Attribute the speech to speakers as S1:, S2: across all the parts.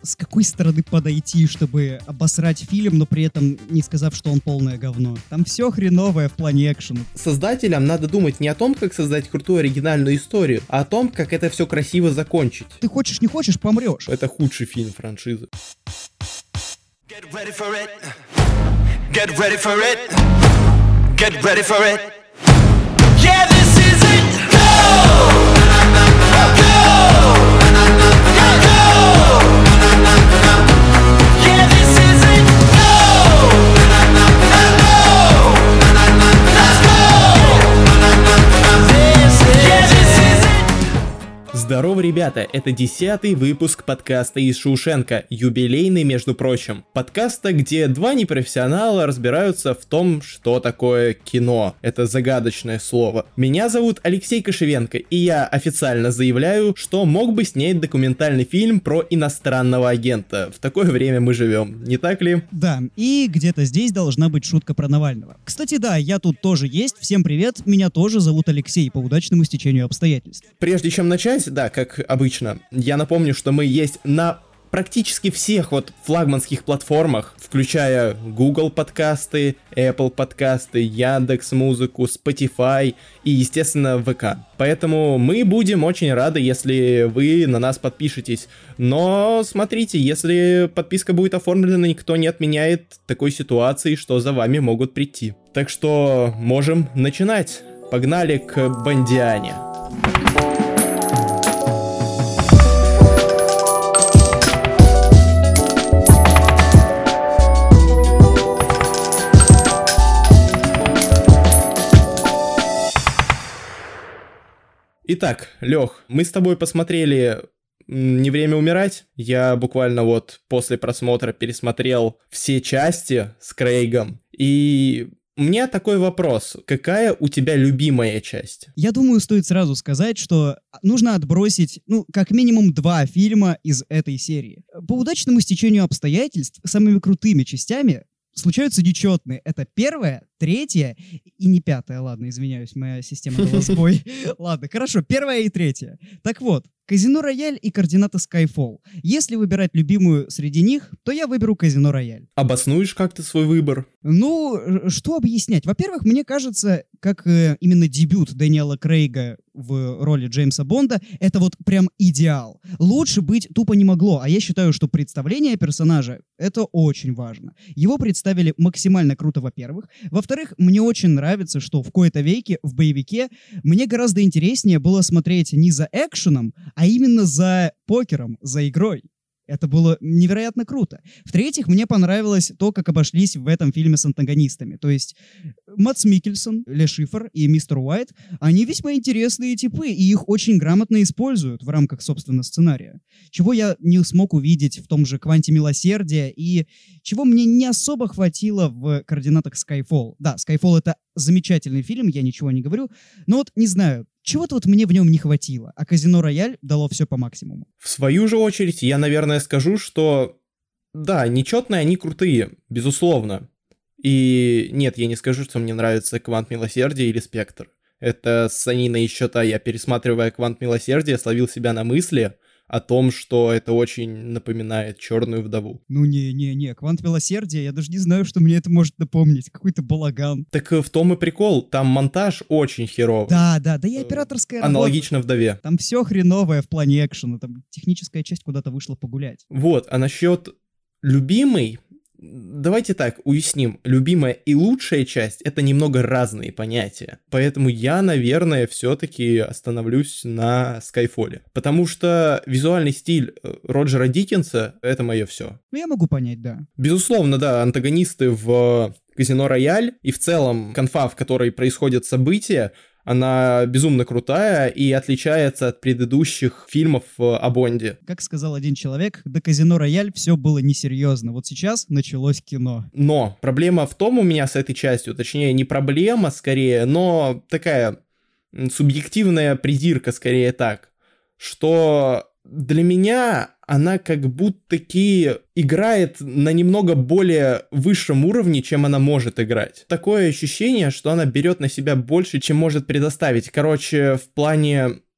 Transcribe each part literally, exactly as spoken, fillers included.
S1: с какой стороны подойти, чтобы обосрать фильм, но при этом не сказав, что он полное говно. Там все хреновое в плане экшена.
S2: Создателям надо думать не о том, как создать крутую оригинальную историю, а о том, как это все красиво закончить.
S1: Ты хочешь, не хочешь, помрешь.
S2: Это худший фильм франшизы.
S3: Get ready for it. Get ready for it. Get ready for it. Yeah, this is it. Go! Go! Go! Yeah, this is it. Go! Go! Let's go! This is yeah, this is it.
S2: Здорово, ребята, это десятый выпуск подкаста из Шоушенка, юбилейный, между прочим. Подкаста, где два непрофессионала разбираются в том, что такое кино. Это загадочное слово. Меня зовут Алексей Кошевенко, и я официально заявляю, что мог бы снять документальный фильм про иностранного агента. В такое время мы живем, не так ли?
S1: Да, и где-то здесь должна быть шутка про Навального. Кстати, да, я тут тоже есть. Всем привет, меня тоже зовут Алексей, по удачному стечению обстоятельств.
S2: Прежде чем начать, да, как обычно, я напомню, что мы есть на практически всех вот флагманских платформах, включая Google подкасты, Apple подкасты, Яндекс.Музыку, Spotify и, естественно, ВК. Поэтому мы будем очень рады, если вы на нас подпишетесь. Но смотрите, если подписка будет оформлена, никто не отменяет такой ситуации, что за вами могут прийти. Так что можем начинать. Погнали к Бондиане. Итак, Лёх, мы с тобой посмотрели «Не время умирать». Я буквально вот после просмотра пересмотрел все части с Крейгом. И у меня такой вопрос. Какая у тебя любимая часть?
S1: Я думаю, стоит сразу сказать, что нужно отбросить, ну, как минимум два фильма из этой серии. По удачному стечению обстоятельств самыми крутыми частями случаются нечетные. Это первая, третья и не пятая. Ладно, извиняюсь, моя система дала сбой. Ладно, хорошо, первая и третья. Так вот, Казино Рояль и Координаты Skyfall. Если выбирать любимую среди них, то я выберу Казино Рояль.
S2: Обоснуешь как-то свой выбор?
S1: Ну, что объяснять? Во-первых, мне кажется, как э, именно дебют Дэниела Крейга в роли Джеймса Бонда, это вот прям идеал. Лучше быть тупо не могло, а я считаю, что представление персонажа — это очень важно. Его представили максимально круто, во-первых. Во-вторых, мне очень нравится, что в кои-то веки в боевике мне гораздо интереснее было смотреть не за экшеном, а именно за покером, за игрой. Это было невероятно круто. В-третьих, мне понравилось то, как обошлись в этом фильме с антагонистами. То есть Мадс Миккельсон, Ле Шифр и мистер Уайт, они весьма интересные типы, и их очень грамотно используют в рамках, собственно, сценария. Чего я не смог увидеть в том же «Кванте милосердия», и чего мне не особо хватило в «Координатах Skyfall». Да, Skyfall — это замечательный фильм, я ничего не говорю, но вот не знаю, чего-то вот мне в нем не хватило, а «Казино Рояль» дало все по максимуму.
S2: В свою же очередь, я, наверное, скажу, что да, нечетные они крутые, безусловно. И нет, я не скажу, что мне нравится «Квант милосердия» или «Спектр». Это с саниной счета я, пересматривая «Квант милосердия», словил себя на мысли о том, что это очень напоминает «Черную вдову».
S1: Ну не-не-не, «Квант милосердия», я даже не знаю, что мне это может напомнить. Какой-то балаган.
S2: Так в том и прикол, там монтаж очень херовый.
S1: Да, да, да и операторская работа.
S2: Аналогично «Вдове».
S1: Там все хреновое в плане экшена, там техническая часть куда-то вышла погулять.
S2: Вот, а насчет любимой... Давайте так, уясним, любимая и лучшая часть — это немного разные понятия. Поэтому я, наверное, все-таки остановлюсь на Скайфоле. Потому что визуальный стиль Роджера Диккенса — это мое все.
S1: Ну, я могу понять, да.
S2: Безусловно, да, антагонисты в Казино Рояль и в целом конфа, в которой происходят события, она безумно крутая и отличается от предыдущих фильмов о Бонде.
S1: Как сказал один человек, до «Казино Рояль» все было несерьезно. Вот сейчас началось кино.
S2: Но проблема в том у меня с этой частью, точнее не проблема скорее, но такая субъективная придирка скорее так, что для меня она как будто-таки играет на немного более высшем уровне, чем она может играть. Такое ощущение, что она берет на себя больше, чем может предоставить. Короче, в плане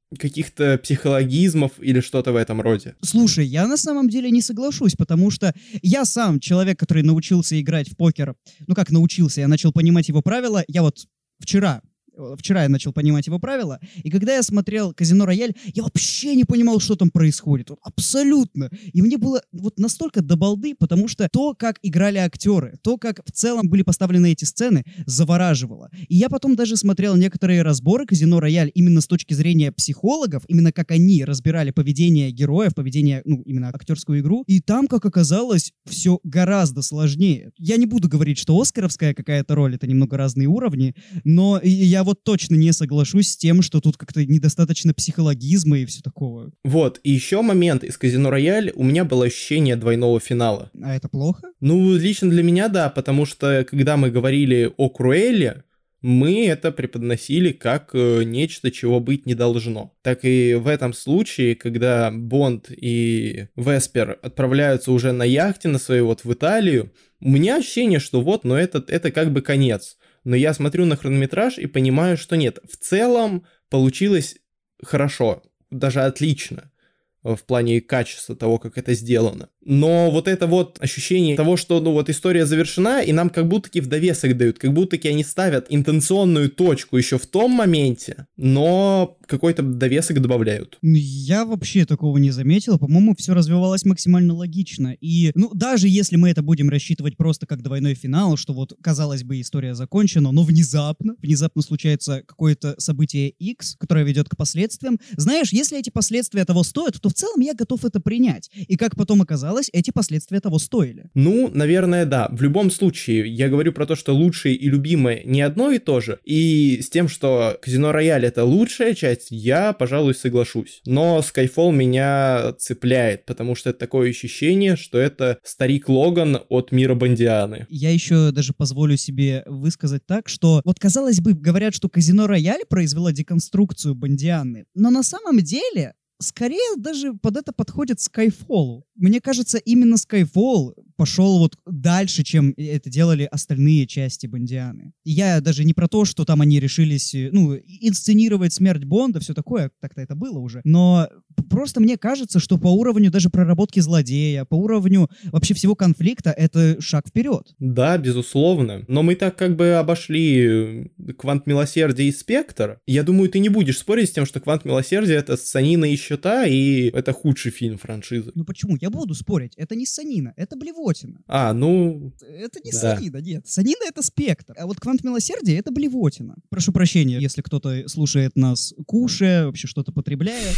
S2: каких-то психологизмов или что-то в этом роде.
S1: Слушай, я на самом деле не соглашусь, потому что я сам человек, который научился играть в покер. Ну как научился, я начал понимать его правила. Я вот вчера... Вчера я начал понимать его правила, и когда я смотрел «Казино Рояль», я вообще не понимал, что там происходит. Вот абсолютно. И мне было вот настолько до балды, потому что то, как играли актеры, то, как в целом были поставлены эти сцены, завораживало. И я потом даже смотрел некоторые разборы «Казино Рояль» именно с точки зрения психологов, именно как они разбирали поведение героев, поведение, ну, именно актерскую игру. И там, как оказалось, все гораздо сложнее. Я не буду говорить, что оскаровская какая-то роль, это немного разные уровни, но я вот точно не соглашусь с тем, что тут как-то недостаточно психологизма и все такого.
S2: Вот, и еще момент из «Казино Рояль», у меня было ощущение двойного финала.
S1: А это плохо?
S2: Ну, лично для меня, да, потому что, когда мы говорили о Круэлле, мы это преподносили как э, нечто, чего быть не должно. Так и в этом случае, когда Бонд и Веспер отправляются уже на яхте на своей вот в Италию, у меня ощущение, что вот, но это, это как бы конец. Но я смотрю на хронометраж и понимаю, что нет. В целом получилось хорошо, даже отлично в плане качества того, как это сделано. Но вот это вот ощущение того, что ну вот история завершена, и нам как будто-таки в довесок дают, как будто-таки они ставят интенционную точку еще в том моменте, но какой-то довесок добавляют.
S1: Я вообще такого не заметил. По-моему, все развивалось максимально логично. И, ну, даже если мы это будем рассчитывать просто как двойной финал, что вот, казалось бы, история закончена, но внезапно, внезапно случается какое-то событие X, которое ведет к последствиям. Знаешь, если эти последствия того стоят, то в целом я готов это принять. И как потом оказалось, эти последствия того стоили.
S2: Ну, наверное, да. В любом случае, я говорю про то, что лучшее и любимое не одно и то же. И с тем, что «Казино Рояль» — это лучшая часть, я, пожалуй, соглашусь. Но Skyfall меня цепляет, потому что это такое ощущение, что это старик Логан от мира Бондианы.
S1: Я еще даже позволю себе высказать так, что вот, казалось бы, говорят, что «Казино Рояль» произвела деконструкцию Бондианы, но на самом деле... Скорее даже под это подходит Skyfall. Мне кажется, именно Skyfall пошел вот дальше, чем это делали остальные части Бондианы. И я даже не про то, что там они решились, ну, инсценировать смерть Бонда, все такое, так-то это было уже. Но просто мне кажется, что по уровню даже проработки злодея, по уровню вообще всего конфликта, это шаг вперед.
S2: Да, безусловно. Но мы так как бы обошли «Квант милосердия» и «Спектр». Я думаю, ты не будешь спорить с тем, что «Квант милосердия» — это ссанина и счета, и это худший фильм франшизы.
S1: Ну почему? Я буду спорить. Это не ссанина, это блевотина.
S2: А, ну...
S1: Это не
S2: да.
S1: ссанина, нет. Ссанина — это «Спектр». А вот «Квант милосердия» — это блевотина. Прошу прощения, если кто-то слушает нас кушая, вообще что-то потребляя.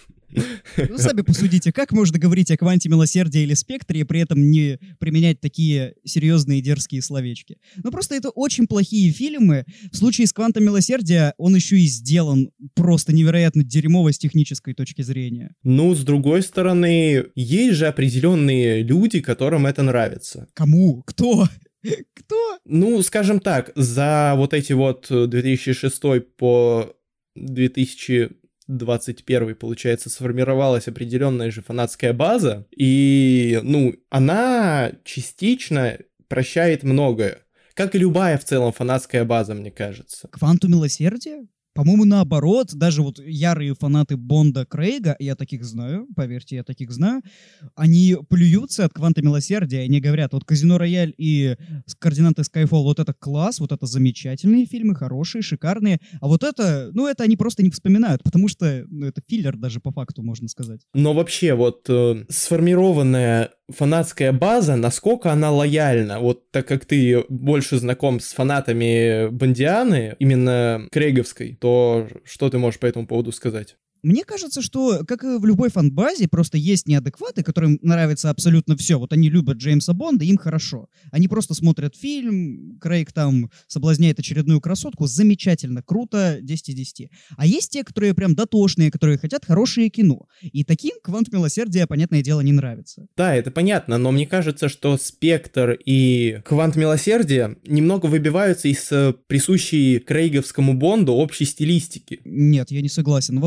S1: Ну, сами посудите, как можно говорить о «Кванте милосердия» или «Спектре» и при этом не применять такие серьезные дерзкие словечки? Ну, просто это очень плохие фильмы. В случае с «Квантом милосердия» он еще и сделан просто невероятно дерьмово с технической точки зрения.
S2: Ну, с другой стороны, есть же определенные люди, которым это нравится.
S1: Кому? Кто? Кто?
S2: Ну, скажем так, за вот эти вот две тысячи шестой по две тысячи двадцать первый, получается, сформировалась определенная же фанатская база, и, ну, она частично прощает многое, как и любая в целом фанатская база, мне кажется.
S1: «Кванту милосердия»? По-моему, наоборот, даже вот ярые фанаты Бонда Крейга, я таких знаю, поверьте, я таких знаю, они плюются от «Кванта милосердия», они говорят, вот «Казино Рояль» и «Координаты Skyfall» вот это класс, вот это замечательные фильмы, хорошие, шикарные, а вот это, ну, это они просто не вспоминают, потому что, ну, это филлер даже по факту, можно сказать.
S2: Но вообще, вот э, сформированная фанатская база, насколько она лояльна, вот так как ты больше знаком с фанатами Бондианы, именно крейговской, то что ты можешь по этому поводу сказать?
S1: Мне кажется, что, как и в любой фан-базе, просто есть неадекваты, которым нравится абсолютно все. Вот они любят Джеймса Бонда, им хорошо. Они просто смотрят фильм, Крейг там соблазняет очередную красотку, замечательно, круто, десять из десяти. А есть те, которые прям дотошные, которые хотят хорошее кино. И таким «Квант милосердия», понятное дело, не нравится.
S2: Да, это понятно, но мне кажется, что «Спектр» и «Квант милосердия» немного выбиваются из присущей крейговскому Бонду общей стилистики.
S1: Нет, я не согласен. Вот «Квант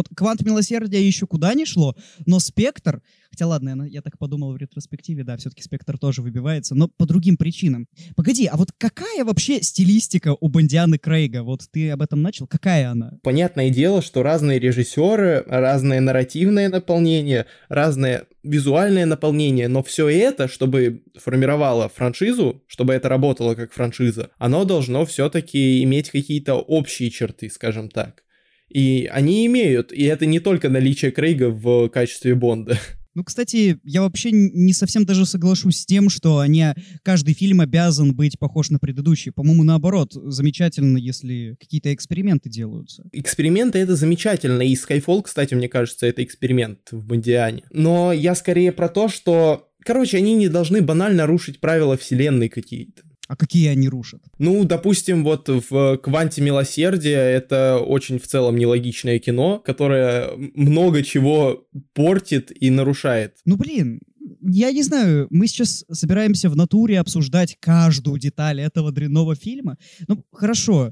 S1: милосердия» еще куда ни шло, но «Спектр», хотя ладно, я так подумал в ретроспективе, да, все-таки «Спектр» тоже выбивается, но по другим причинам. Погоди, а вот какая вообще стилистика у Бондианы Крейга? Вот ты об этом начал, какая она?
S2: Понятное дело, что разные режиссеры, разное нарративное наполнение, разное визуальное наполнение, но все это, чтобы формировало франшизу, чтобы это работало как франшиза, оно должно все-таки иметь какие-то общие черты, скажем так. И они имеют, и это не только наличие Крейга в качестве Бонда.
S1: Ну, кстати, я вообще не совсем даже соглашусь с тем, что они, каждый фильм обязан быть похож на предыдущий. По-моему, наоборот, замечательно, если какие-то эксперименты делаются.
S2: Эксперименты — это замечательно, и Skyfall, кстати, мне кажется, это эксперимент в Бондиане. Но я скорее про то, что, короче, они не должны банально рушить правила вселенной какие-то.
S1: А какие они рушат?
S2: Ну, допустим, вот в «Кванте милосердия» это очень в целом нелогичное кино, которое много чего портит и нарушает.
S1: Ну, блин, я не знаю, мы сейчас собираемся в натуре обсуждать каждую деталь этого дрянного фильма. Ну, хорошо,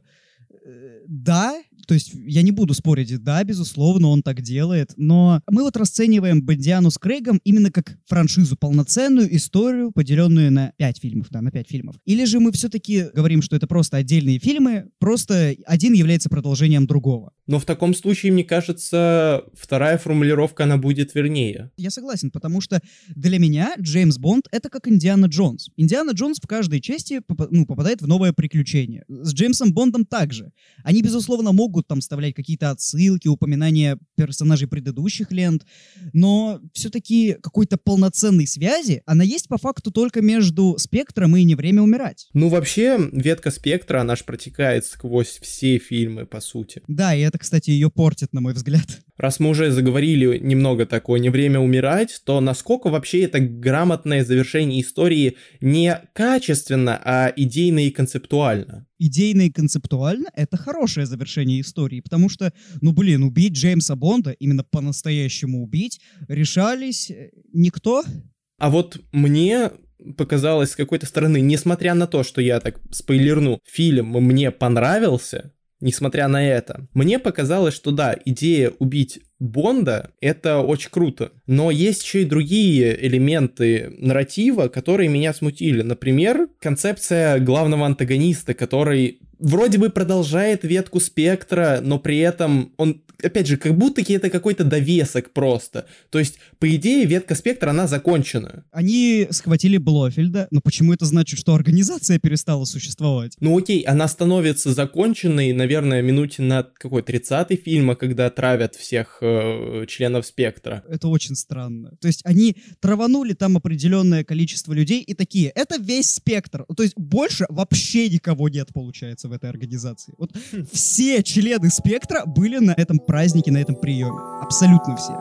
S1: да, то есть я не буду спорить, да, безусловно, он так делает, но мы вот расцениваем Бондиану с Крейгом именно как франшизу, полноценную историю, поделенную на пять фильмов, да, на пять фильмов. Или же мы все-таки говорим, что это просто отдельные фильмы, просто один является продолжением другого.
S2: Но в таком случае, мне кажется, вторая формулировка, она будет вернее.
S1: Я согласен, потому что для меня Джеймс Бонд — это как Индиана Джонс. Индиана Джонс в каждой части поп- ну, попадает в новое приключение. С Джеймсом Бондом также. Они, безусловно, могут там вставлять какие-то отсылки, упоминания персонажей предыдущих лент, но все-таки какой-то полноценной связи она есть по факту только между «Спектром» и «Не время умирать».
S2: Ну, вообще, ветка «Спектра», она ж протекает сквозь все фильмы, по сути.
S1: Да, и это, кстати, ее портит, на мой взгляд.
S2: Раз мы уже заговорили немного такое «Не время умирать», то насколько вообще это грамотное завершение истории не качественно, а идейно и концептуально?
S1: Идейно и концептуально — это хорошее завершение истории, потому что, ну блин, убить Джеймса Бонда, именно по-настоящему убить, решались никто.
S2: А вот мне показалось с какой-то стороны, несмотря на то, что я так спойлерну, фильм мне понравился, несмотря на это, мне показалось, что да, идея убить Бонда — это очень круто. Но есть еще и другие элементы нарратива, которые меня смутили. Например, концепция главного антагониста, который вроде бы продолжает ветку «Спектра», но при этом он, опять же, как будто это какой-то довесок просто. То есть, по идее, ветка «Спектра», она закончена.
S1: Они схватили Блофельда, но почему это значит, что организация перестала существовать?
S2: Ну окей, она становится законченной, наверное, минуте на какой тридцатый фильма, когда травят всех э, членов «Спектра».
S1: Это очень странно. То есть они траванули там определенное количество людей и такие, это весь «Спектр». То есть больше вообще никого нет, получается, в этой организации. Вот все члены «Спектра» были на этом празднике, на этом приеме. Абсолютно все.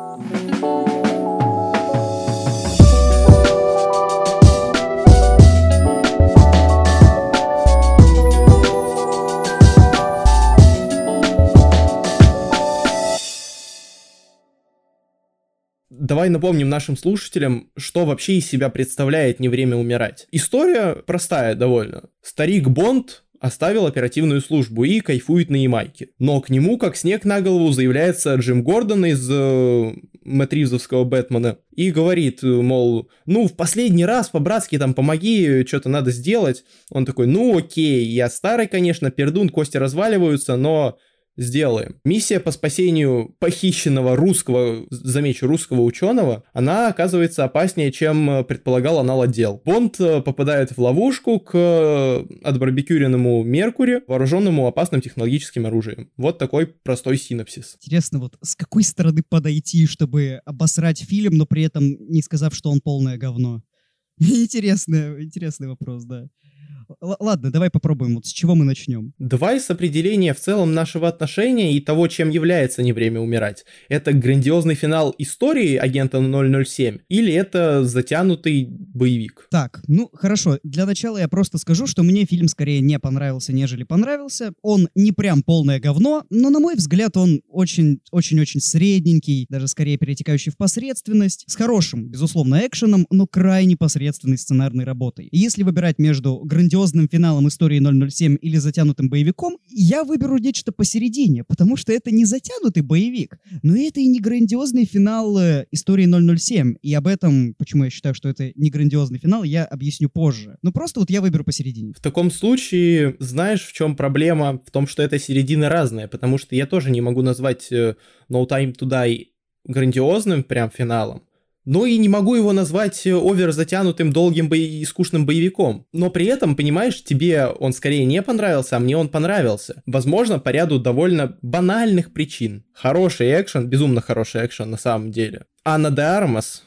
S2: Давай напомним нашим слушателям, что вообще из себя представляет «Не время умирать». История простая довольно. Старик Бонд оставил оперативную службу и кайфует на Ямайке. Но к нему, как снег на голову, заявляется Джим Гордон из э, Мэтт Ривзовского «Бэтмена» и говорит, мол, ну, в последний раз по-братски там помоги, что-то надо сделать. Он такой, ну, окей, я старый, конечно, пердун, кости разваливаются, но... сделаем. Миссия по спасению похищенного русского, замечу, русского ученого, она оказывается опаснее, чем предполагал аналотдел. Бонд попадает в ловушку к отбарбекюренному Меркури, вооруженному опасным технологическим оружием. Вот такой простой синопсис.
S1: Интересно, вот с какой стороны подойти, чтобы обосрать фильм, но при этом не сказав, что он полное говно? Интересный, интересный вопрос, да. Л- ладно, давай попробуем. Вот с чего мы начнем?
S2: Давай с определения в целом нашего отношения и того, чем является «Не время умирать». Это грандиозный финал истории агента ноль ноль семь или это затянутый боевик.
S1: Так, ну хорошо, для начала я просто скажу, что мне фильм скорее не понравился, нежели понравился. Он не прям полное говно, но, на мой взгляд, он очень-очень-очень средненький, даже скорее перетекающий в посредственность, с хорошим, безусловно, экшеном, но крайне посредственной сценарной работой. И если выбирать между грандиозным финалом истории ноль ноль семь или затянутым боевиком, я выберу нечто посередине, потому что это не затянутый боевик, но это и не грандиозный финал э, истории ноль ноль семь. И об этом, почему я считаю, что это не грандиозный финал, я объясню позже. Ну просто вот я выберу посередине.
S2: В таком случае, знаешь, в чем проблема? В том, что эта середина разная, потому что я тоже не могу назвать э, No Time to Die грандиозным прям финалом, но и не могу его назвать овер затянутым долгим бо- и скучным боевиком. Но при этом, понимаешь, тебе он скорее не понравился, а мне он понравился. Возможно, по ряду довольно банальных причин. Хороший экшен, безумно хороший экшен на самом деле. Анна де Армас.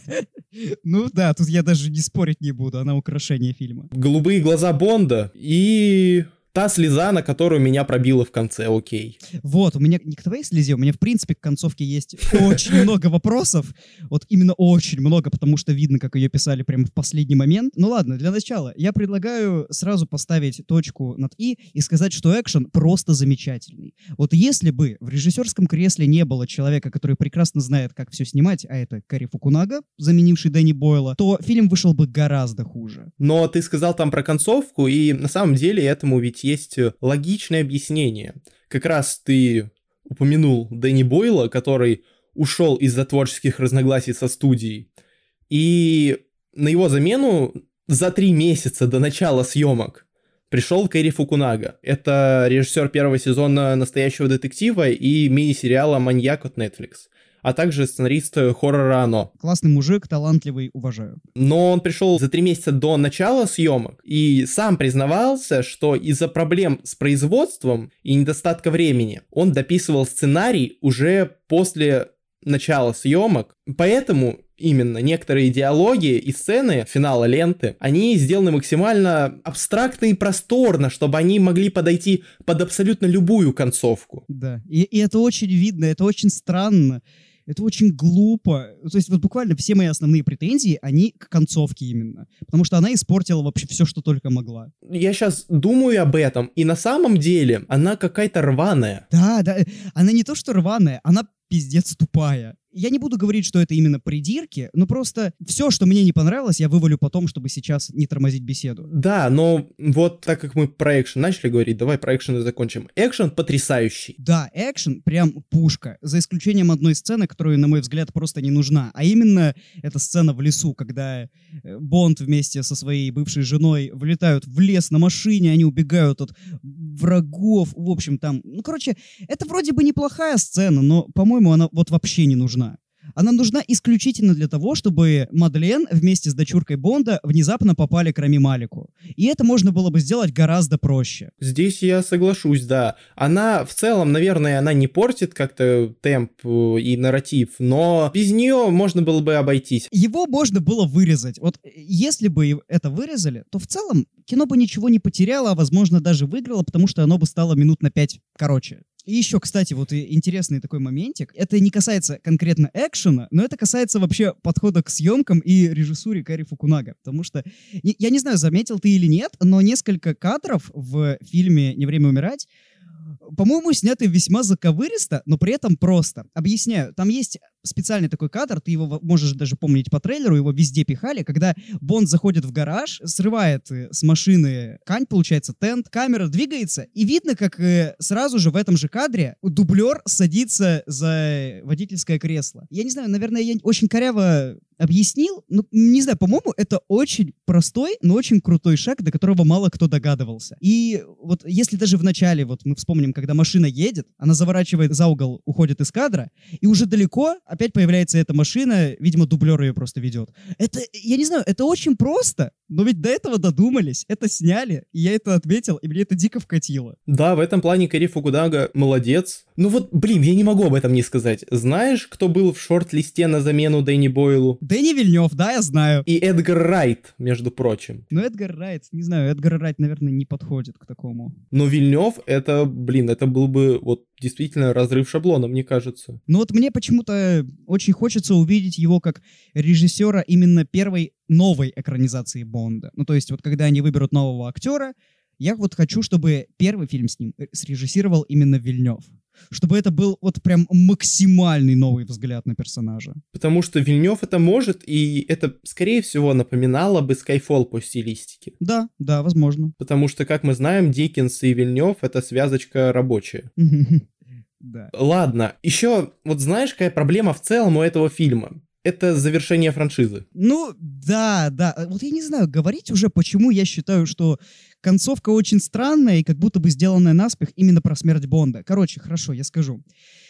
S1: Ну да, тут я даже не спорить не буду, она украшение фильма.
S2: Голубые глаза Бонда и... та слеза, на которую меня пробило в конце, окей.
S1: Вот, у меня не к твоей слезе, у меня, в принципе, к концовке есть очень много вопросов. Вот именно очень много, потому что видно, как ее писали прямо в последний момент. Ну ладно, для начала я предлагаю сразу поставить точку над «и» и сказать, что экшен просто замечательный. Вот если бы в режиссерском кресле не было человека, который прекрасно знает, как все снимать, а это Кэри Фукунага, заменивший Дэнни Бойла, то фильм вышел бы гораздо хуже.
S2: Но ты сказал там про концовку, и на самом деле этому ведь есть логичное объяснение. Как раз ты упомянул Дэнни Бойла, который ушел из-за творческих разногласий со студией, и на его замену за три месяца до начала съемок пришел Кэри Фукунага. Это режиссер первого сезона «Настоящего детектива» и мини-сериала «Маньяк» от Netflix, а также сценарист хоррора «Оно».
S1: Классный мужик, талантливый, уважаю.
S2: Но он пришел за три месяца до начала съемок и сам признавался, что из-за проблем с производством и недостатка времени он дописывал сценарий уже после начала съемок. Поэтому именно некоторые диалоги и сцены финала ленты, они сделаны максимально абстрактно и просторно, чтобы они могли подойти под абсолютно любую концовку.
S1: Да, и, и это очень видно, это очень странно. Это очень глупо. То есть вот буквально все мои основные претензии, они к концовке именно. Потому что она испортила вообще все, что только могла.
S2: Я сейчас думаю об этом, и на самом деле она какая-то рваная.
S1: Да, да. Она не то что рваная, она пиздец тупая. Я не буду говорить, что это именно придирки, но просто все, что мне не понравилось, я вывалю потом, чтобы сейчас не тормозить беседу.
S2: Да, но вот так как мы про экшен начали говорить, давай про экшен и закончим. Экшен потрясающий.
S1: Да, экшен прям пушка, за исключением одной сцены, которая, на мой взгляд, просто не нужна. А именно эта сцена в лесу, когда Бонд вместе со своей бывшей женой влетают в лес на машине, они убегают от врагов, в общем, там... Ну, короче, это вроде бы неплохая сцена, но, по-моему, она вот вообще не нужна. Она нужна исключительно для того, чтобы Мадлен вместе с дочуркой Бонда внезапно попали к Рами Малику. И это можно было бы сделать гораздо проще.
S2: Здесь я соглашусь, да. Она в целом, наверное, она не портит как-то темп и нарратив, но без нее можно было бы обойтись.
S1: Его можно было вырезать. Вот если бы это вырезали, то в целом кино бы ничего не потеряло, а возможно даже выиграло, потому что оно бы стало минут на пять короче. И еще, кстати, вот интересный такой моментик. Это не касается конкретно экшена, но это касается вообще подхода к съемкам и режиссуре Кэри Фукунага. Потому что, я не знаю, заметил ты или нет, но несколько кадров в фильме «Не время умирать», по-моему, сняты весьма заковыристо, но при этом просто. Объясняю. Там есть специальный такой кадр, ты его можешь даже помнить по трейлеру, его везде пихали, когда Бонд заходит в гараж, срывает с машины ткань, получается, тент, камера двигается, и видно, как э, сразу же в этом же кадре дублер садится за водительское кресло. Я не знаю, наверное, я очень коряво объяснил, ну, не знаю, по-моему, это очень простой, но очень крутой шаг, до которого мало кто догадывался. И вот если даже в начале, вот мы вспомним, когда машина едет, она заворачивает за угол, уходит из кадра, и уже далеко опять появляется эта машина, видимо, дублер ее просто ведет. Это, я не знаю, это очень просто, но ведь до этого додумались, это сняли, и я это отметил, и мне это дико вкатило.
S2: Да, в этом плане Кэри Фукунага молодец. Ну вот, блин, я не могу об этом не сказать. Знаешь, кто был в шорт-листе на замену Дэнни Бойлу?
S1: Дэнни Вильнёв, да, я знаю.
S2: И Эдгар Райт, между прочим.
S1: Ну, Эдгар Райт, не знаю, Эдгар Райт, наверное, не подходит к такому.
S2: Но Вильнёв, это, блин, это был бы вот действительно разрыв шаблона, мне кажется.
S1: Ну вот мне почему-то очень хочется увидеть его как режиссера именно первой новой экранизации Бонда. Ну, то есть вот когда они выберут нового актера, я вот хочу, чтобы первый фильм с ним срежиссировал именно Вильнёв. Чтобы это был вот прям максимальный новый взгляд на персонажа.
S2: Потому что Вильнёв это может, и это, скорее всего, напоминало бы Skyfall по стилистике.
S1: Да, да, возможно.
S2: Потому что, как мы знаем, Диккенс и Вильнёв — это связочка рабочая.
S1: Да.
S2: Ладно, еще вот знаешь, какая проблема в целом у этого фильма? Это завершение франшизы.
S1: Ну, да, да. Вот я не знаю, говорить уже, почему я считаю, что концовка очень странная и как будто бы сделанная наспех именно про смерть Бонда. Короче, хорошо, я скажу.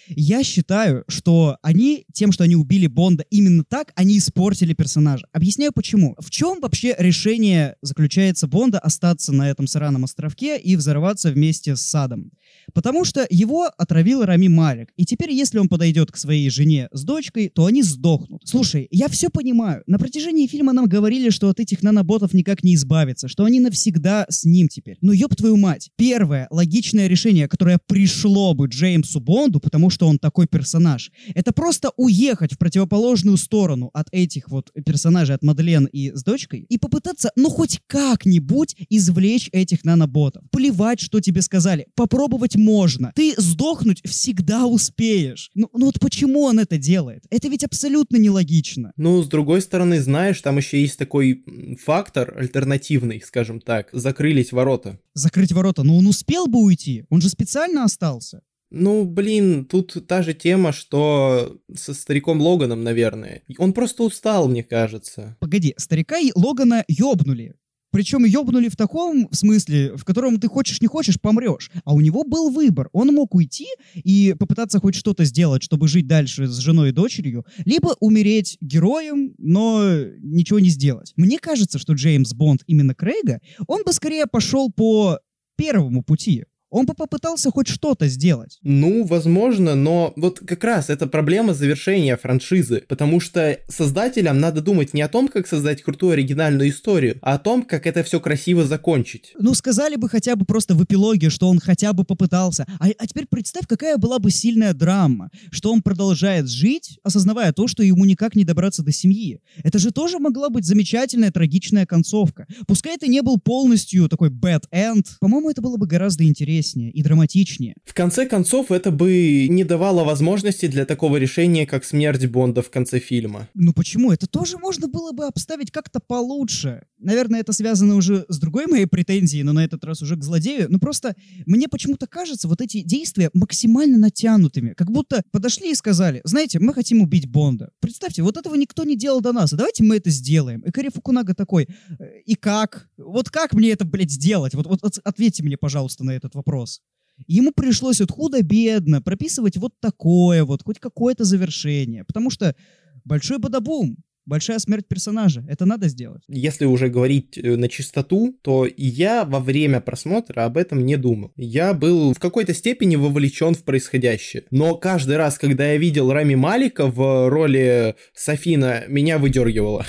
S1: Я считаю, что они, тем, что они убили Бонда именно так, они испортили персонажа. Объясняю почему. В чем вообще решение заключается Бонда остаться на этом сраном островке и взорваться вместе с Садом? Потому что его отравил Рами Малик. И теперь, если он подойдет к своей жене с дочкой, то они сдохнут. Слушай, я все понимаю. На протяжении фильма нам говорили, что от этих наноботов никак не избавиться, что они навсегда с ним теперь. Ну, ёб твою мать. Первое логичное решение, которое пришло бы Джеймсу Бонду, потому что он такой персонаж, это просто уехать в противоположную сторону от этих вот персонажей, от Мадлен и с дочкой, и попытаться, ну, хоть как-нибудь извлечь этих наноботов. Плевать, что тебе сказали. Попробовать можно. Ты сдохнуть всегда успеешь. Ну, ну вот почему он это делает? Это ведь абсолютно нелогично.
S2: Ну, с другой стороны, знаешь, там еще есть такой фактор альтернативный, скажем так. Закрылись ворота.
S1: Закрыть ворота? Но он успел бы уйти. Он же специально остался.
S2: Ну, блин, тут та же тема, что со стариком Логаном, наверное. Он просто устал, мне кажется.
S1: Погоди, старика и Логана ёбнули. Причем ёбнули в таком смысле, в котором ты хочешь не хочешь, помрешь. А у него был выбор. Он мог уйти и попытаться хоть что-то сделать, чтобы жить дальше с женой и дочерью, либо умереть героем, но ничего не сделать. Мне кажется, что Джеймс Бонд именно Крейга, он бы скорее пошел по первому пути. Он бы попытался хоть что-то сделать.
S2: Ну, возможно, но вот как раз это проблема завершения франшизы, потому что создателям надо думать не о том, как создать крутую оригинальную историю, а о том, как это все красиво закончить.
S1: Ну, сказали бы хотя бы просто в эпилоге, что он хотя бы попытался. А, а теперь представь, какая была бы сильная драма, что он продолжает жить, осознавая то, что ему никак не добраться до семьи. Это же тоже могла быть замечательная, трагичная концовка. Пускай это не был полностью такой bad end, по-моему, это было бы гораздо интереснее и драматичнее.
S2: В конце концов, это бы не давало возможности для такого решения, как смерть Бонда в конце фильма.
S1: Ну почему? Это тоже можно было бы обставить как-то получше. Наверное, это связано уже с другой моей претензией, но на этот раз уже к злодею. Но просто мне почему-то кажется вот эти действия максимально натянутыми. Как будто подошли и сказали, знаете, мы хотим убить Бонда. Представьте, вот этого никто не делал до нас, а давайте мы это сделаем. И Кэри Фукунага такой, и как? Вот как мне это, блядь, сделать? Вот, вот ответьте мне, пожалуйста, на этот вопрос. Ему пришлось вот худо-бедно прописывать вот такое вот, хоть какое-то завершение. Потому что большой бадабум, большая смерть персонажа. Это надо сделать.
S2: Если уже говорить на чистоту, то я во время просмотра об этом не думал. Я был в какой-то степени вовлечен в происходящее. Но каждый раз, когда я видел Рами Малика в роли Сафина, меня выдергивало.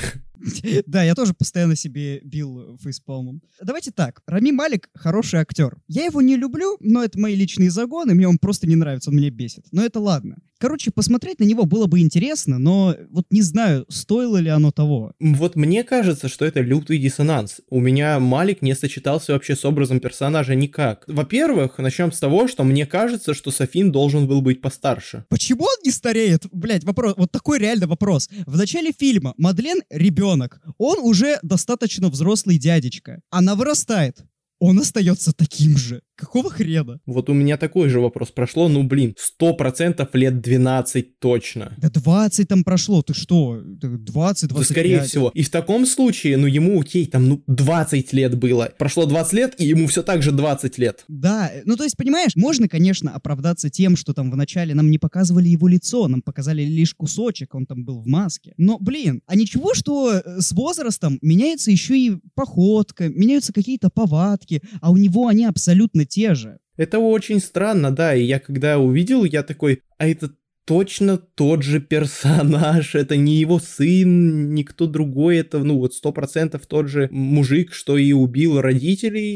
S1: Да, я тоже постоянно себе бил фейспалмом. Давайте так, Рами Малик хороший актер. Я его не люблю, но это мои личные загоны, мне он просто не нравится, он меня бесит. Но это ладно. Короче, посмотреть на него было бы интересно, но вот не знаю, стоило ли оно того.
S2: Вот мне кажется, что это лютый диссонанс. У меня Малик не сочетался вообще с образом персонажа никак. Во-первых, начнем с того, что мне кажется, что Сафин должен был быть постарше.
S1: Почему он не стареет? Блять, вопрос, вот такой реально вопрос. В начале фильма Мадлен ребенок, он уже достаточно взрослый дядечка. Она вырастает, он остается таким же. Какого хрена?
S2: Вот у меня такой же вопрос. Прошло, ну блин, сто процентов лет двенадцать точно.
S1: Да двадцать там прошло, ты что? двадцать, двадцать пять.
S2: Да скорее всего. И в таком случае, ну ему окей, там ну двадцать лет было. Прошло двадцать лет, и ему все так же двадцать лет.
S1: Да, ну то есть, понимаешь, можно, конечно, оправдаться тем, что там вначале нам не показывали его лицо, нам показали лишь кусочек, он там был в маске. Но, блин, а ничего, что с возрастом меняется еще и походка, меняются какие-то повадки, а у него они абсолютно те же.
S2: Это очень странно, да, и я когда увидел, я такой, а это точно тот же персонаж, это не его сын, никто другой, это, ну, вот сто процентов тот же мужик, что и убил родителей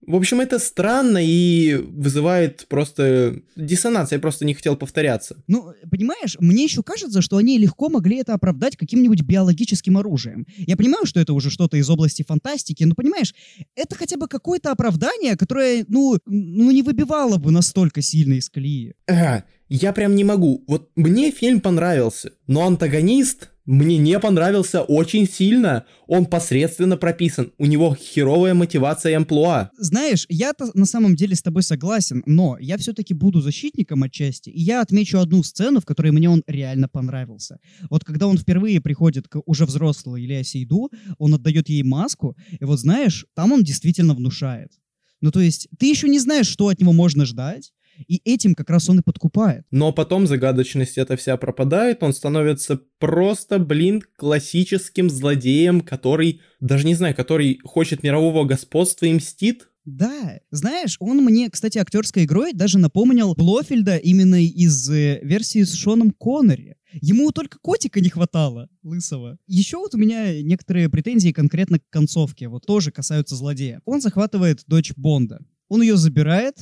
S2: В общем, это странно и вызывает просто диссонанс. Я просто не хотел повторяться.
S1: Ну, понимаешь, мне еще кажется, что они легко могли это оправдать каким-нибудь биологическим оружием. Я понимаю, что это уже что-то из области фантастики, но, понимаешь, это хотя бы какое-то оправдание, которое, ну, ну не выбивало бы настолько сильно из колеи.
S2: Ага, я прям не могу. Вот мне фильм понравился, но антагонист мне не понравился очень сильно. Он посредственно прописан. У него херовая мотивация и амплуа.
S1: Знаешь, я-то на самом деле с тобой согласен, но я все-таки буду защитником отчасти, и я отмечу одну сцену, в которой мне он реально понравился. Вот когда он впервые приходит к уже взрослой Леа Сейду, он отдает ей маску, и вот знаешь, там он действительно внушает. Ну то есть ты еще не знаешь, что от него можно ждать, и этим как раз он и подкупает.
S2: Но потом загадочность эта вся пропадает, он становится просто, блин, классическим злодеем, который, даже не знаю, который хочет мирового господства и мстит.
S1: Да, знаешь, он мне, кстати, актерской игрой даже напомнил Блофельда именно из э, версии с Шоном Коннери. Ему только котика не хватало, лысого. Еще вот у меня некоторые претензии конкретно к концовке, вот тоже касаются злодея. Он захватывает дочь Бонда. Он ее забирает,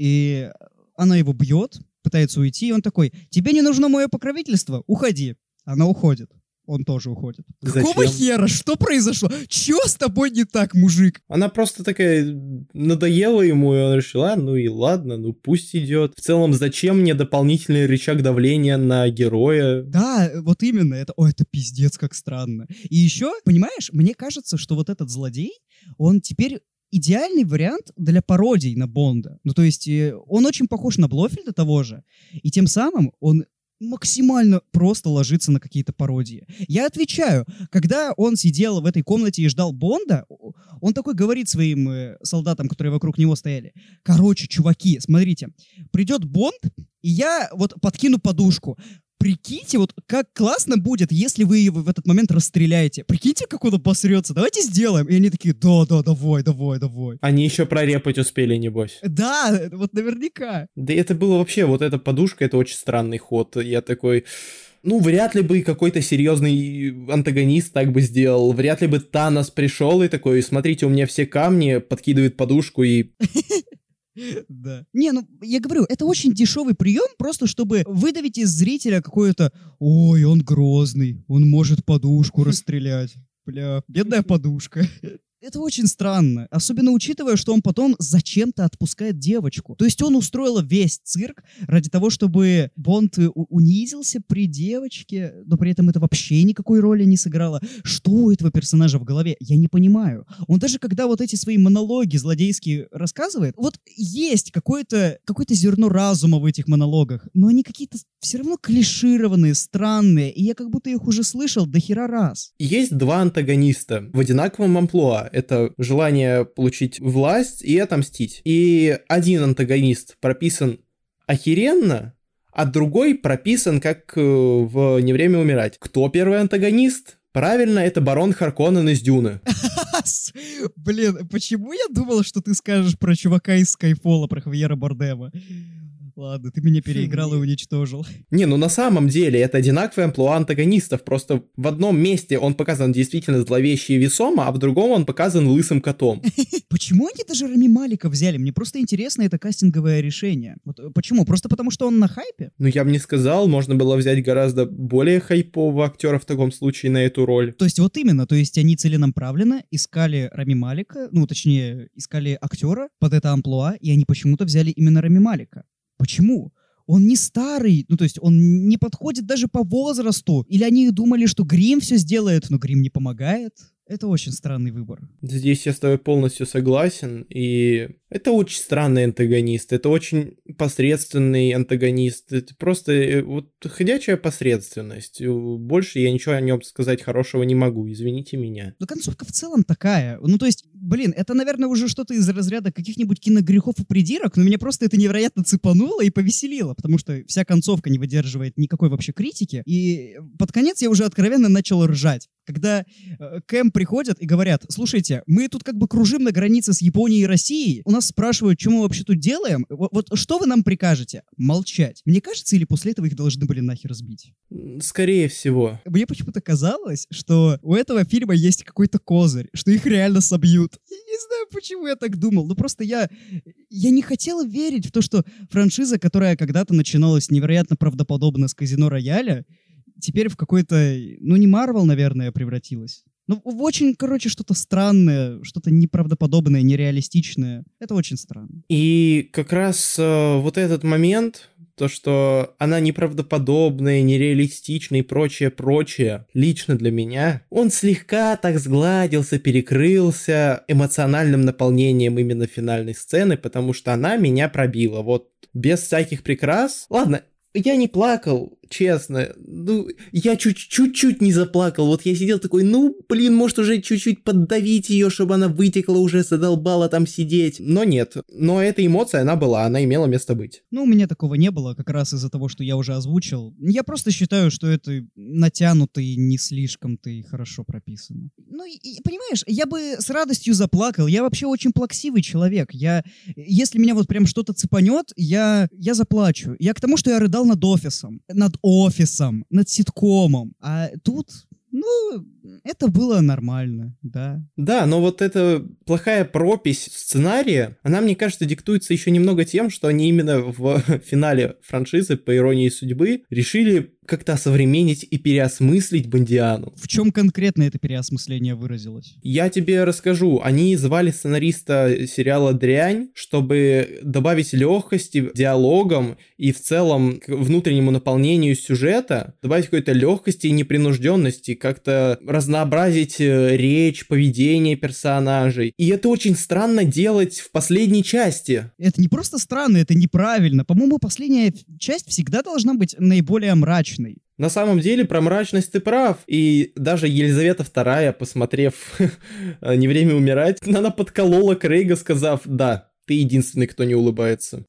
S1: и она его бьет, пытается уйти, и он такой: «Тебе не нужно мое покровительство? Уходи». Она уходит. Он тоже уходит.
S2: Зачем?
S1: Какого хера? Что произошло? Чё с тобой не так, мужик?
S2: Она просто такая надоела ему, и он решил, а, ну и ладно, ну пусть идет. В целом, зачем мне дополнительный рычаг давления на героя?
S1: Да, вот именно. Это, о, это пиздец как странно. И еще, понимаешь, мне кажется, что вот этот злодей, он теперь идеальный вариант для пародий на Бонда. Ну, то есть э, он очень похож на Блофельда того же, и тем самым он максимально просто ложится на какие-то пародии. Я отвечаю, когда он сидел в этой комнате и ждал Бонда, он такой говорит своим э, солдатам, которые вокруг него стояли: «Короче, чуваки, смотрите, придет Бонд, и я вот подкину подушку. Прикиньте, вот как классно будет, если вы его в этот момент расстреляете. Прикиньте, как он обосрется. Давайте сделаем». И они такие: «Да, да, давай, давай, давай».
S2: Они еще прорепать успели, небось.
S1: Да, вот наверняка.
S2: Да это было вообще, вот эта подушка, это очень странный ход. Я такой... Ну, вряд ли бы какой-то серьезный антагонист так бы сделал. Вряд ли бы Танос пришел и такой: смотрите, у меня все камни, подкидывает подушку и...
S1: Да. Не, ну, я говорю, это очень дешевый прием, просто чтобы выдавить из зрителя какое-то: «Ой, он грозный, он может подушку расстрелять». Бля, бедная подушка. Это очень странно, особенно учитывая, что он потом зачем-то отпускает девочку. То есть он устроил весь цирк ради того, чтобы Бонд унизился при девочке, но при этом это вообще никакой роли не сыграло. Что у этого персонажа в голове? Я не понимаю. Он даже когда вот эти свои монологи злодейские рассказывает, вот есть какое-то, какое-то зерно разума в этих монологах, но они какие-то все равно клишированные, странные, и я как будто их уже слышал до хера раз.
S2: Есть два антагониста в одинаковом амплуа. Это желание получить власть и отомстить. И один антагонист прописан охеренно, а другой прописан как в «Не время умирать». Кто первый антагонист? Правильно, это барон Харконнен из Дюны.
S1: Блин, почему я думал, что ты скажешь про чувака из Скайфола, про Хавьера Бардема? Ладно, ты меня переиграл и уничтожил.
S2: Не, ну на самом деле это одинаковый амплуа антагонистов, просто в одном месте он показан действительно зловеще и весомо, а в другом он показан лысым котом.
S1: Почему они даже Рами Малика взяли? Мне просто интересно это кастинговое решение. Вот почему? Просто потому, что он на хайпе?
S2: Ну я бы не сказал, можно было взять гораздо более хайпового актера в таком случае на эту роль.
S1: То есть вот именно, то есть они целенаправленно искали Рами Малика, ну точнее, искали актера под это амплуа, и они почему-то взяли именно Рами Малика. Почему? Он не старый, ну то есть он не подходит даже по возрасту. Или они думали, что грим все сделает, но грим не помогает. Это очень странный выбор.
S2: Здесь я с тобой полностью согласен, и это очень странный антагонист, это очень посредственный антагонист, это просто вот ходячая посредственность. Больше я ничего о нем сказать хорошего не могу, извините меня.
S1: Но концовка в целом такая. Ну то есть, блин, это, наверное, уже что-то из разряда каких-нибудь киногрехов и придирок, но меня просто это невероятно цепануло и повеселило, потому что вся концовка не выдерживает никакой вообще критики, и под конец я уже откровенно начал ржать. Когда э, Кэм приходят и говорят: слушайте, мы тут как бы кружим на границе с Японией и Россией, у нас спрашивают, что мы вообще тут делаем, вот, вот что вы нам прикажете? Молчать. Мне кажется, или после этого их должны были нахер сбить?
S2: Скорее всего.
S1: Мне почему-то казалось, что у этого фильма есть какой-то козырь, что их реально собьют. будут. Я не знаю, почему я так думал. Ну просто я, я не хотел верить в то, что франшиза, которая когда-то начиналась невероятно правдоподобно с Казино Рояля, теперь в какой-то, ну не Марвел, наверное, превратилась. Ну, в очень, короче, что-то странное, что-то неправдоподобное, нереалистичное. Это очень странно.
S2: И как раз э, вот этот момент, то, что она неправдоподобная, нереалистичная и прочее, прочее, лично для меня, он слегка так сгладился, перекрылся эмоциональным наполнением именно финальной сцены, потому что она меня пробила. Вот без всяких прикрас. Ладно, я не плакал, честно. Ну, я чуть- чуть-чуть не заплакал. Вот я сидел такой, ну, блин, может уже чуть-чуть поддавить ее, чтобы она вытекла, уже задолбала там сидеть. Но нет. Но эта эмоция, она была, она имела место быть.
S1: Ну, у меня такого не было, как раз из-за того, что я уже озвучил. Я просто считаю, что это натянуто и не слишком-то и хорошо прописано. Ну, и, и, понимаешь, я бы с радостью заплакал. Я вообще очень плаксивый человек. Я, если меня вот прям что-то цепанет, я, я заплачу. Я к тому, что я рыдал над офисом. Над офисом, над ситкомом. А тут, ну, это было нормально, да.
S2: Да, но вот эта плохая пропись сценария, она, мне кажется, диктуется еще немного тем, что они именно в финале франшизы, по иронии судьбы, решили как-то осовременить и переосмыслить Бондиану.
S1: В чем конкретно это переосмысление выразилось?
S2: Я тебе расскажу. Они звали сценариста сериала «Дрянь», чтобы добавить легкости диалогам и в целом к внутреннему наполнению сюжета, добавить какой-то легкости и непринужденности, как-то разнообразить речь, поведение персонажей. И это очень странно делать в последней части.
S1: Это не просто странно, это неправильно. По-моему, последняя часть всегда должна быть наиболее мрачной.
S2: На самом деле, про мрачность ты прав. И даже Елизавета вторая, посмотрев «Не время умирать», она подколола Крейга, сказав: «Да, ты единственный, кто не улыбается».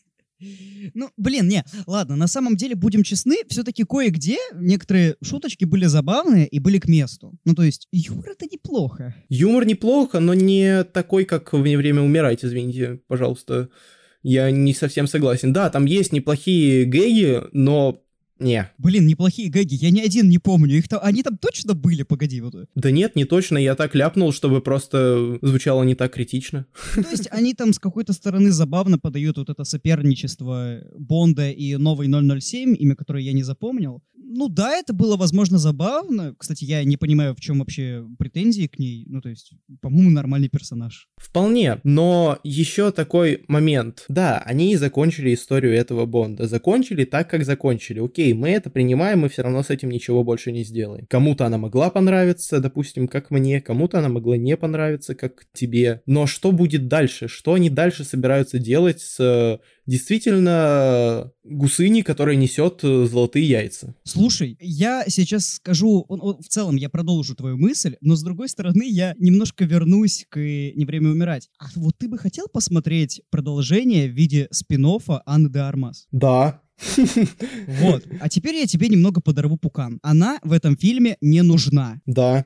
S1: Ну, блин, не, ладно, на самом деле, будем честны, все-таки кое-где некоторые шуточки были забавные и были к месту. Ну, то есть, юмор — это неплохо.
S2: Юмор неплохо, но не такой, как в «Не время умирать», извините, пожалуйста. Я не совсем согласен. Да, там есть неплохие гэги, но... Не.
S1: Блин, неплохие гэги, я ни один не помню. Их там, они там точно были, погоди. Вот.
S2: Да нет, не точно, я так ляпнул, чтобы просто звучало не так критично.
S1: То есть они там с какой-то стороны забавно подают вот это соперничество Бонда и новой ноль ноль семь, имя которое я не запомнил. Ну да, это было, возможно, забавно. Кстати, я не понимаю, в чем вообще претензии к ней. Ну, то есть, по-моему, нормальный персонаж.
S2: Вполне, но еще такой момент. Да, они закончили историю этого Бонда. Закончили так, как закончили. Окей, мы это принимаем, мы все равно с этим ничего больше не сделаем. Кому-то она могла понравиться, допустим, как мне, кому-то она могла не понравиться, как тебе. Но что будет дальше? Что они дальше собираются делать с действительно гусыней, которая несет золотые яйца?
S1: Слушай, я сейчас скажу, он, он, в целом я продолжу твою мысль, но с другой стороны я немножко вернусь к «Не время умирать». А вот ты бы хотел посмотреть продолжение в виде спин-оффа Анны де Армас?
S2: Да.
S1: Вот. А теперь я тебе немного подорву пукан. Она в этом фильме не нужна.
S2: Да.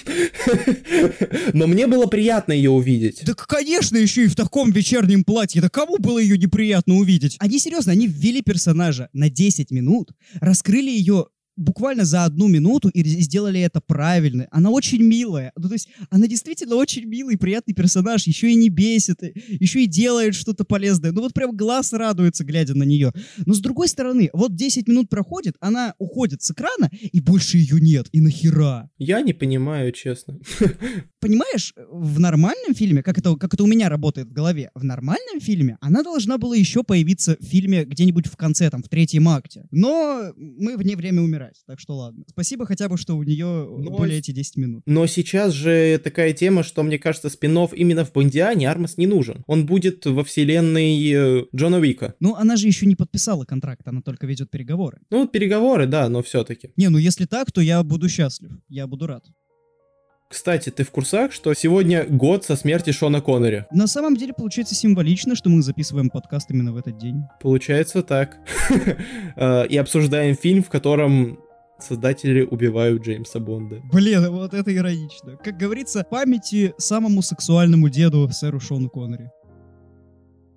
S2: Но мне было приятно ее увидеть.
S1: Да, конечно, еще и в таком вечернем платье. Да кому было ее неприятно увидеть? Они, серьезно, они ввели персонажа на десять минут, раскрыли ее буквально за одну минуту и сделали это правильно. Она очень милая. Ну, то есть она действительно очень милый, приятный персонаж. Еще и не бесит, еще и делает что-то полезное. Ну вот прям глаз радуется, глядя на нее. Но с другой стороны, вот десять минут проходит, она уходит с экрана, и больше ее нет. И нахера?
S2: Я не понимаю, честно.
S1: Понимаешь, в нормальном фильме, как это, как это у меня работает в голове, в нормальном фильме она должна была еще появиться в фильме где-нибудь в конце, там, в третьем акте. Но мы вне время умирать. Так что ладно. Спасибо хотя бы, что у нее но, более эти десять минут.
S2: Но сейчас же такая тема, что, мне кажется, спин-офф именно в Бондиане Армас не нужен. Он будет во вселенной Джона Уика.
S1: Ну, она же еще не подписала контракт, она только ведет переговоры.
S2: Ну, переговоры, да, но все-таки.
S1: Не, ну если так, то я буду счастлив. Я буду рад.
S2: Кстати, ты в курсах, что сегодня год со смерти Шона Коннери?
S1: На самом деле, получается символично, что мы записываем подкаст именно в этот день.
S2: Получается так. И обсуждаем фильм, в котором создатели убивают Джеймса Бонда.
S1: Блин, вот это иронично. Как говорится, памяти самому сексуальному деду, сэру Шону Коннери.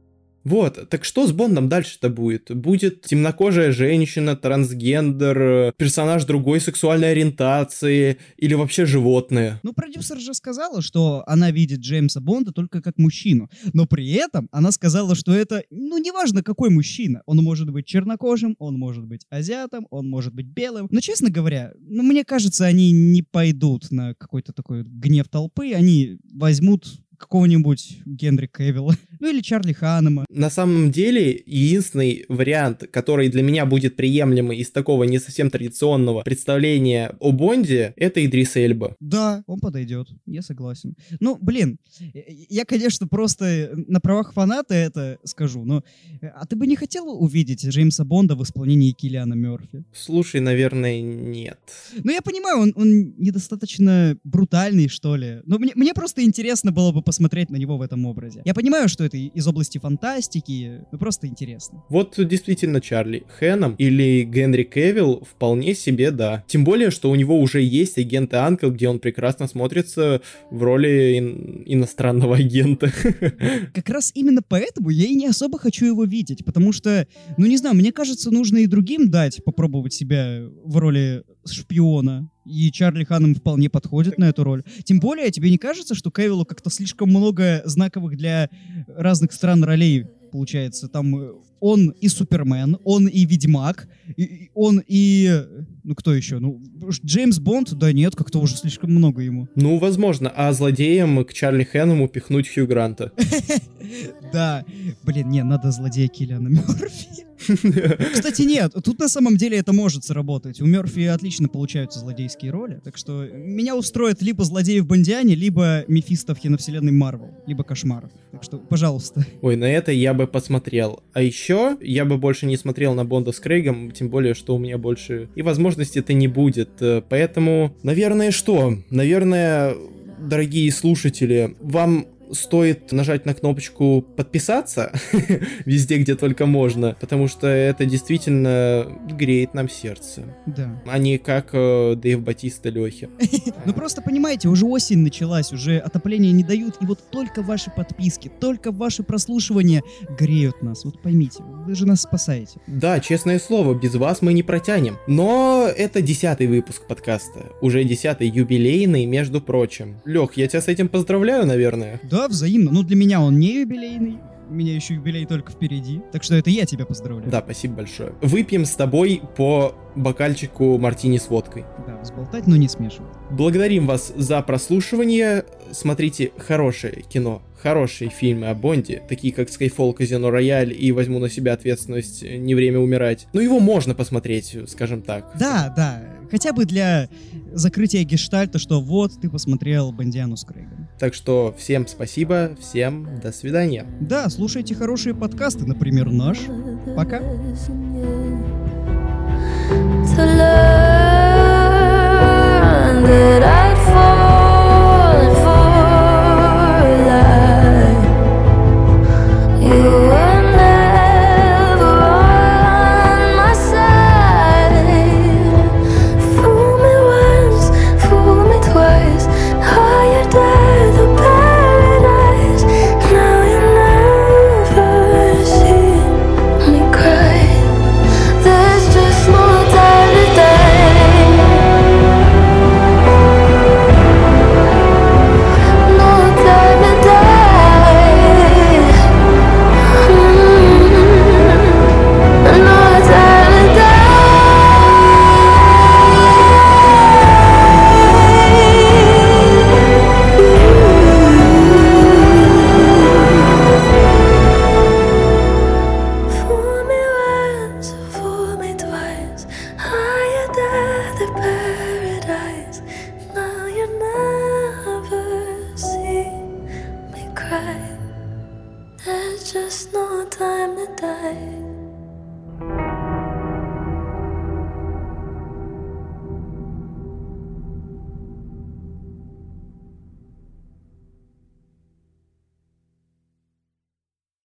S2: Вот, так что с Бондом дальше-то будет? Будет темнокожая женщина, трансгендер, персонаж другой сексуальной ориентации или вообще животное?
S1: Ну, продюсер же сказала, что она видит Джеймса Бонда только как мужчину, но при этом она сказала, что это, ну, неважно, какой мужчина. Он может быть чернокожим, он может быть азиатом, он может быть белым. Но, честно говоря, ну, мне кажется, они не пойдут на какой-то такой гнев толпы, они возьмут какого-нибудь Генри Кевилла, ну или Чарли Ханнема.
S2: На самом деле, единственный вариант, который для меня будет приемлемый из такого не совсем традиционного представления о Бонде, это Идрис Эльба.
S1: Да, он подойдет, я согласен. Ну, блин, я, конечно, просто на правах фаната это скажу, но а ты бы не хотел увидеть Джеймса Бонда в исполнении Киллиана Мёрфи?
S2: Слушай, наверное, нет.
S1: Ну, я понимаю, он, он недостаточно брутальный, что ли. Но мне, мне просто интересно было бы посмотреть на него в этом образе. Я понимаю, что это из области фантастики, но просто интересно.
S2: Вот действительно Чарли Хэннем или Генри Кевилл вполне себе да. Тем более, что у него уже есть агент Анкл, где он прекрасно смотрится в роли ин- иностранного агента.
S1: Как раз именно поэтому я и не особо хочу его видеть, потому что, ну не знаю, мне кажется, нужно и другим дать попробовать себя в роли шпиона. И Чарли Ханнем вполне подходит на эту роль. Тем более, тебе не кажется, что Кевиллу как-то слишком много знаковых для разных стран ролей получается? Там он и Супермен, он и Ведьмак, и, он и... Ну, кто еще? Ну, Джеймс Бонд? Да нет, как-то уже слишком много ему.
S2: Ну, возможно. А злодеем к Чарли Хэннему пихнуть Хью Гранта.
S1: Да. Блин, не, надо злодея Киллиана Мёрфи. Кстати, нет, тут на самом деле это может сработать. У Мёрфи отлично получаются злодейские роли, так что меня устроит либо злодей в Бондиане, либо Мефисто в киновселенной Марвел, либо Кошмар. Так что, пожалуйста.
S2: Ой, на это я бы посмотрел. А еще я бы больше не смотрел на Бонда с Крейгом, тем более, что у меня больше и возможности-то не будет. Поэтому, наверное, что? Наверное, дорогие слушатели, вам стоит нажать на кнопочку подписаться везде, где только можно, потому что это действительно греет нам сердце.
S1: Да.
S2: А не как э, Дэйв Батиста Лёхи.
S1: Ну просто понимаете, уже осень началась, уже отопления не дают, и вот только ваши подписки, только ваши прослушивания греют нас. Вот поймите, вы же нас спасаете.
S2: Да, честное слово, без вас мы не протянем. Но это десятый выпуск подкаста. Уже десятый, юбилейный, между прочим. Лёх, я тебя с этим поздравляю, наверное.
S1: Да, взаимно. Ну, для меня он не юбилейный. У меня еще юбилей только впереди. Так что это я тебя поздравляю.
S2: Да, спасибо большое. Выпьем с тобой по бокальчику мартини с водкой.
S1: Да, взболтать, но не смешивать.
S2: Благодарим вас за прослушивание. Смотрите хорошее кино, хорошие фильмы о Бонде, такие как Skyfall, Казино Рояль и «Возьму на себя ответственность, не время умирать». Ну, его можно посмотреть, скажем так.
S1: Да, да. Хотя бы для закрытия гештальта, что вот, ты посмотрел Бондиану с Крейгом.
S2: Так что всем спасибо, всем до свидания.
S1: Да, слушайте хорошие подкасты, например, наш. Пока.
S4: To learn that I'd fallen for life. You were never on my side. Fool me once, fool me twice. Now you're dead, the paradise. Now you never see me cry. There's just no time to die. No time to die. Mm. No time to die. Fool me once, fool me twice. Higher than the paradise. Now you never see me cry. There's just no time to die.